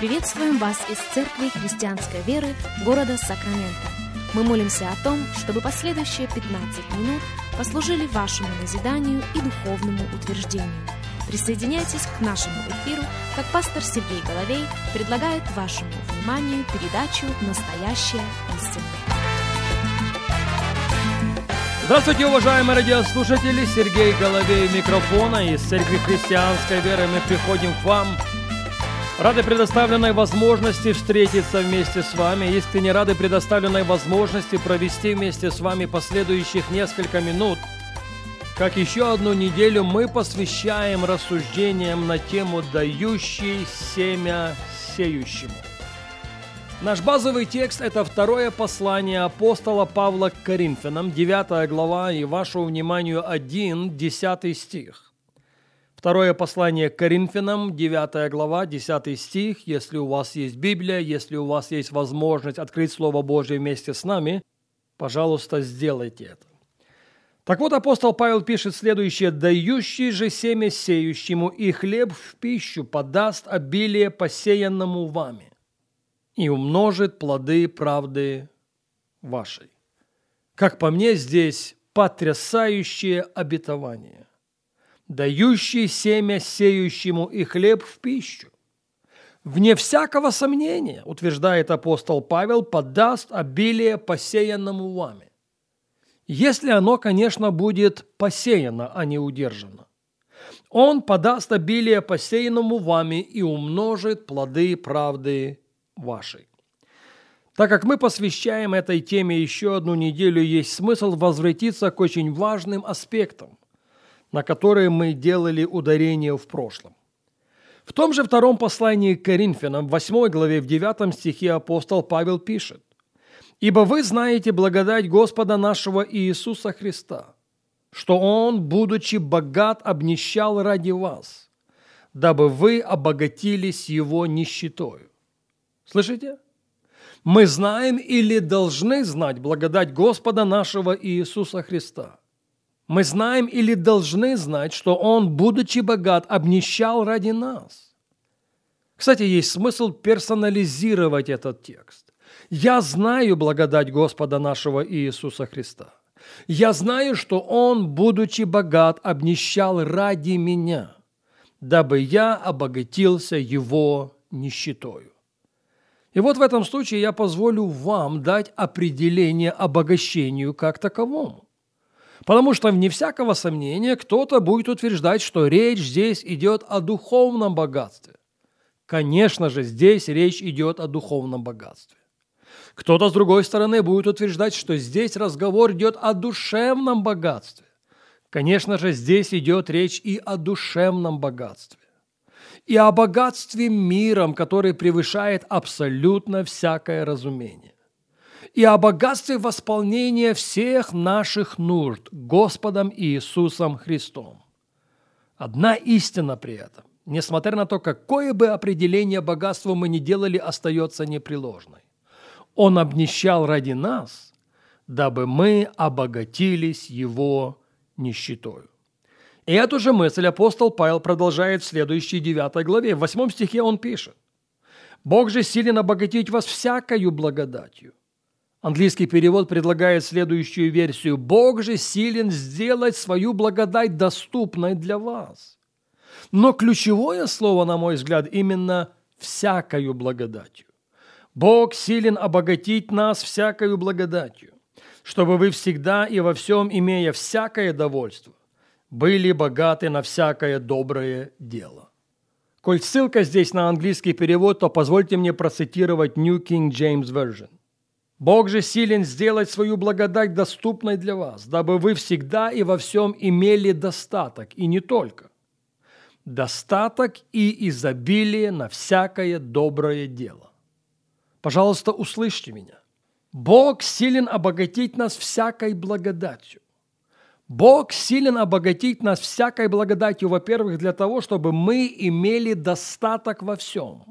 Приветствуем вас из Церкви Христианской Веры города Сакраменто. Мы молимся о том, чтобы последующие 15 минут послужили вашему назиданию и духовному утверждению. Присоединяйтесь к нашему эфиру, как пастор Сергей Головей предлагает вашему вниманию передачу «Настоящая истина». Здравствуйте, уважаемые радиослушатели! Сергей Головей у микрофона. Из Церкви Христианской Веры мы приходим к вам, рады предоставленной возможности встретиться вместе с вами, искренне рады предоставленной возможности провести вместе с вами последующих несколько минут. Как еще одну неделю мы посвящаем рассуждениям на тему «Дающий семя сеющему». Наш базовый текст – это второе послание апостола Павла к Коринфянам, 9 глава, и вашему вниманию 10 стих. Второе послание к Коринфянам, 9 глава, 10 стих. Если у вас есть Библия, если у вас есть возможность открыть Слово Божье вместе с нами, пожалуйста, сделайте это. Так вот, апостол Павел пишет следующее: «Дающий же семя сеющему и хлеб в пищу подаст обилие посеянному вами и умножит плоды правды вашей». Как по мне, здесь потрясающее обетование. Дающий семя сеющему и хлеб в пищу. Вне всякого сомнения, утверждает апостол Павел, подаст обилие посеянному вами. Если оно, конечно, будет посеяно, а не удержано. Он подаст обилие посеянному вами и умножит плоды правды вашей. Так как мы посвящаем этой теме еще одну неделю, есть смысл возвратиться к очень важным аспектам, на которые мы делали ударение в прошлом. В том же втором послании к Коринфянам, в 8 главе, в 9 стихе апостол Павел пишет: «Ибо вы знаете благодать Господа нашего Иисуса Христа, что Он, будучи богат, обнищал ради вас, дабы вы обогатились Его нищетою». Слышите? Мы знаем или должны знать благодать Господа нашего Иисуса Христа. Мы знаем или должны знать, что Он, будучи богат, обнищал ради нас. Кстати, есть смысл персонализировать этот текст. Я знаю благодать Господа нашего Иисуса Христа. Я знаю, что Он, будучи богат, обнищал ради меня, дабы я обогатился Его нищетою. И вот в этом случае я позволю вам дать определение обогащению как таковому. Потому что, вне всякого сомнения, кто-то будет утверждать, что речь здесь идет о духовном богатстве. Конечно же, здесь речь идет о духовном богатстве. Кто-то, с другой стороны, будет утверждать, что здесь разговор идет о душевном богатстве. Конечно же, здесь идет речь и о душевном богатстве. И о богатстве миром, который превышает абсолютно всякое разумение. И о богатстве восполнения всех наших нужд Господом Иисусом Христом. Одна истина при этом, несмотря на то, какое бы определение богатства мы ни делали, остается непреложной. Он обнищал ради нас, дабы мы обогатились Его нищетою. И эту же мысль апостол Павел продолжает в следующей 9 главе. В 8 стихе он пишет: «Бог же силен обогатить вас всякою благодатью». Английский перевод предлагает следующую версию: «Бог же силен сделать свою благодать доступной для вас». Но ключевое слово, на мой взгляд, именно «всякою благодатью». Бог силен обогатить нас всякою благодатью, чтобы вы всегда и во всем, имея всякое довольство, были богаты на всякое доброе дело. Коль ссылка здесь на английский перевод, то позвольте мне процитировать New King James Version. «Бог же силен сделать свою благодать доступной для вас, дабы вы всегда и во всем имели достаток, и не только. Достаток и изобилие на всякое доброе дело». Пожалуйста, услышьте меня. Бог силен обогатить нас всякой благодатью. Бог силен обогатить нас всякой благодатью, во-первых, для того, чтобы мы имели достаток во всем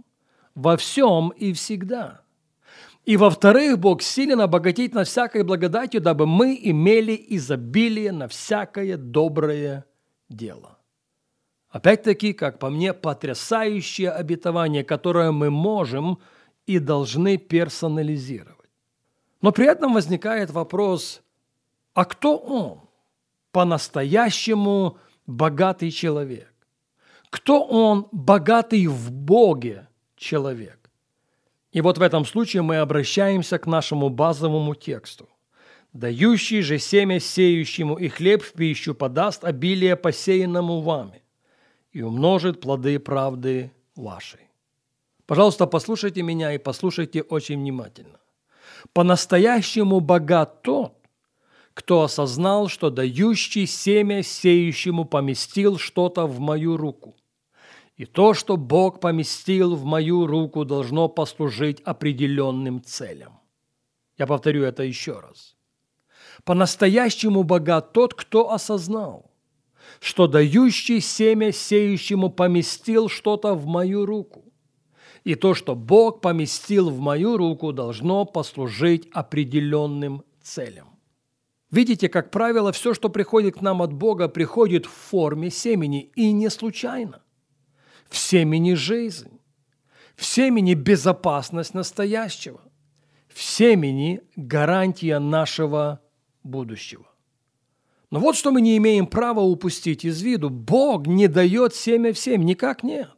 и всегда. И, во-вторых, Бог силен обогатить нас всякой благодатью, дабы мы имели изобилие на всякое доброе дело. Опять-таки, как по мне, потрясающее обетование, которое мы можем и должны персонализировать. Но при этом возникает вопрос, а кто он? По-настоящему богатый человек. Кто он богатый в Боге человек? И вот в этом случае мы обращаемся к нашему базовому тексту. «Дающий же семя сеющему и хлеб в пищу подаст обилие посеянному вами и умножит плоды правды вашей». Пожалуйста, послушайте меня и послушайте очень внимательно. По-настоящему богат тот, кто осознал, что дающий семя сеющему поместил что-то в мою руку. И то, что Бог поместил в мою руку, должно послужить определенным целям. Я повторю это еще раз. По-настоящему богат тот, кто осознал, что дающий семя сеющему поместил что-то в мою руку. И то, что Бог поместил в мою руку, должно послужить определенным целям. Видите, как правило, все, что приходит к нам от Бога, приходит в форме семени, и не случайно. В семени жизнь, в семени безопасность настоящего, в семени гарантия нашего будущего. Но вот что мы не имеем права упустить из виду. Бог не дает семя всем, никак нет.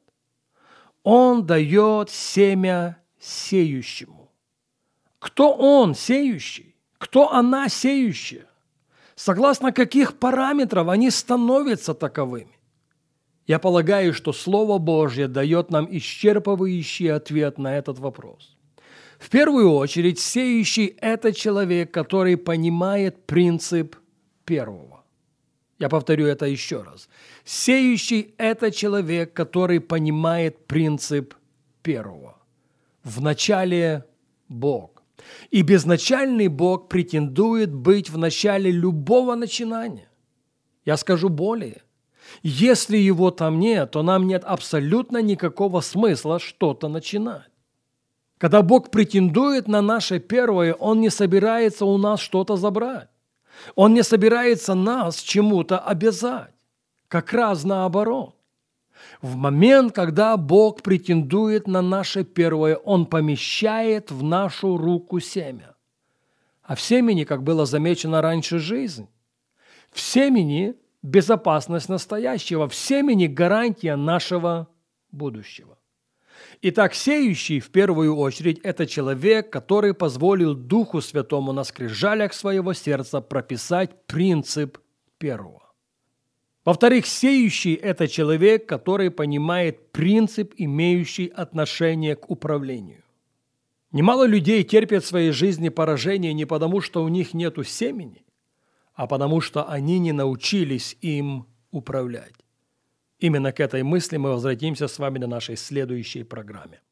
Он дает семя сеющему. Кто он, сеющий? Кто она, сеющая? Согласно каких параметров они становятся таковыми? Я полагаю, что Слово Божье дает нам исчерпывающий ответ на этот вопрос. В первую очередь, сеющий – это человек, который понимает принцип первого. Я повторю это еще раз. Сеющий – это человек, который понимает принцип первого. Вначале Бог. И безначальный Бог претендует быть в начале любого начинания. Я скажу более. Если его там нет, то нам нет абсолютно никакого смысла что-то начинать. Когда Бог претендует на наше первое, Он не собирается у нас что-то забрать. Он не собирается нас чему-то обязать. Как раз наоборот. В момент, когда Бог претендует на наше первое, Он помещает в нашу руку семя. А в семени, как было замечено раньше, жизнь. В семени безопасность настоящего, в семени гарантия нашего будущего. Итак, сеющий в первую очередь – это человек, который позволил Духу Святому на скрижалях своего сердца прописать принцип первого. Во-вторых, сеющий – это человек, который понимает принцип, имеющий отношение к управлению. Немало людей терпят в своей жизни поражение не потому, что у них нету семени, а потому что они не научились им управлять. Именно к этой мысли мы возвратимся с вами на нашей следующей программе.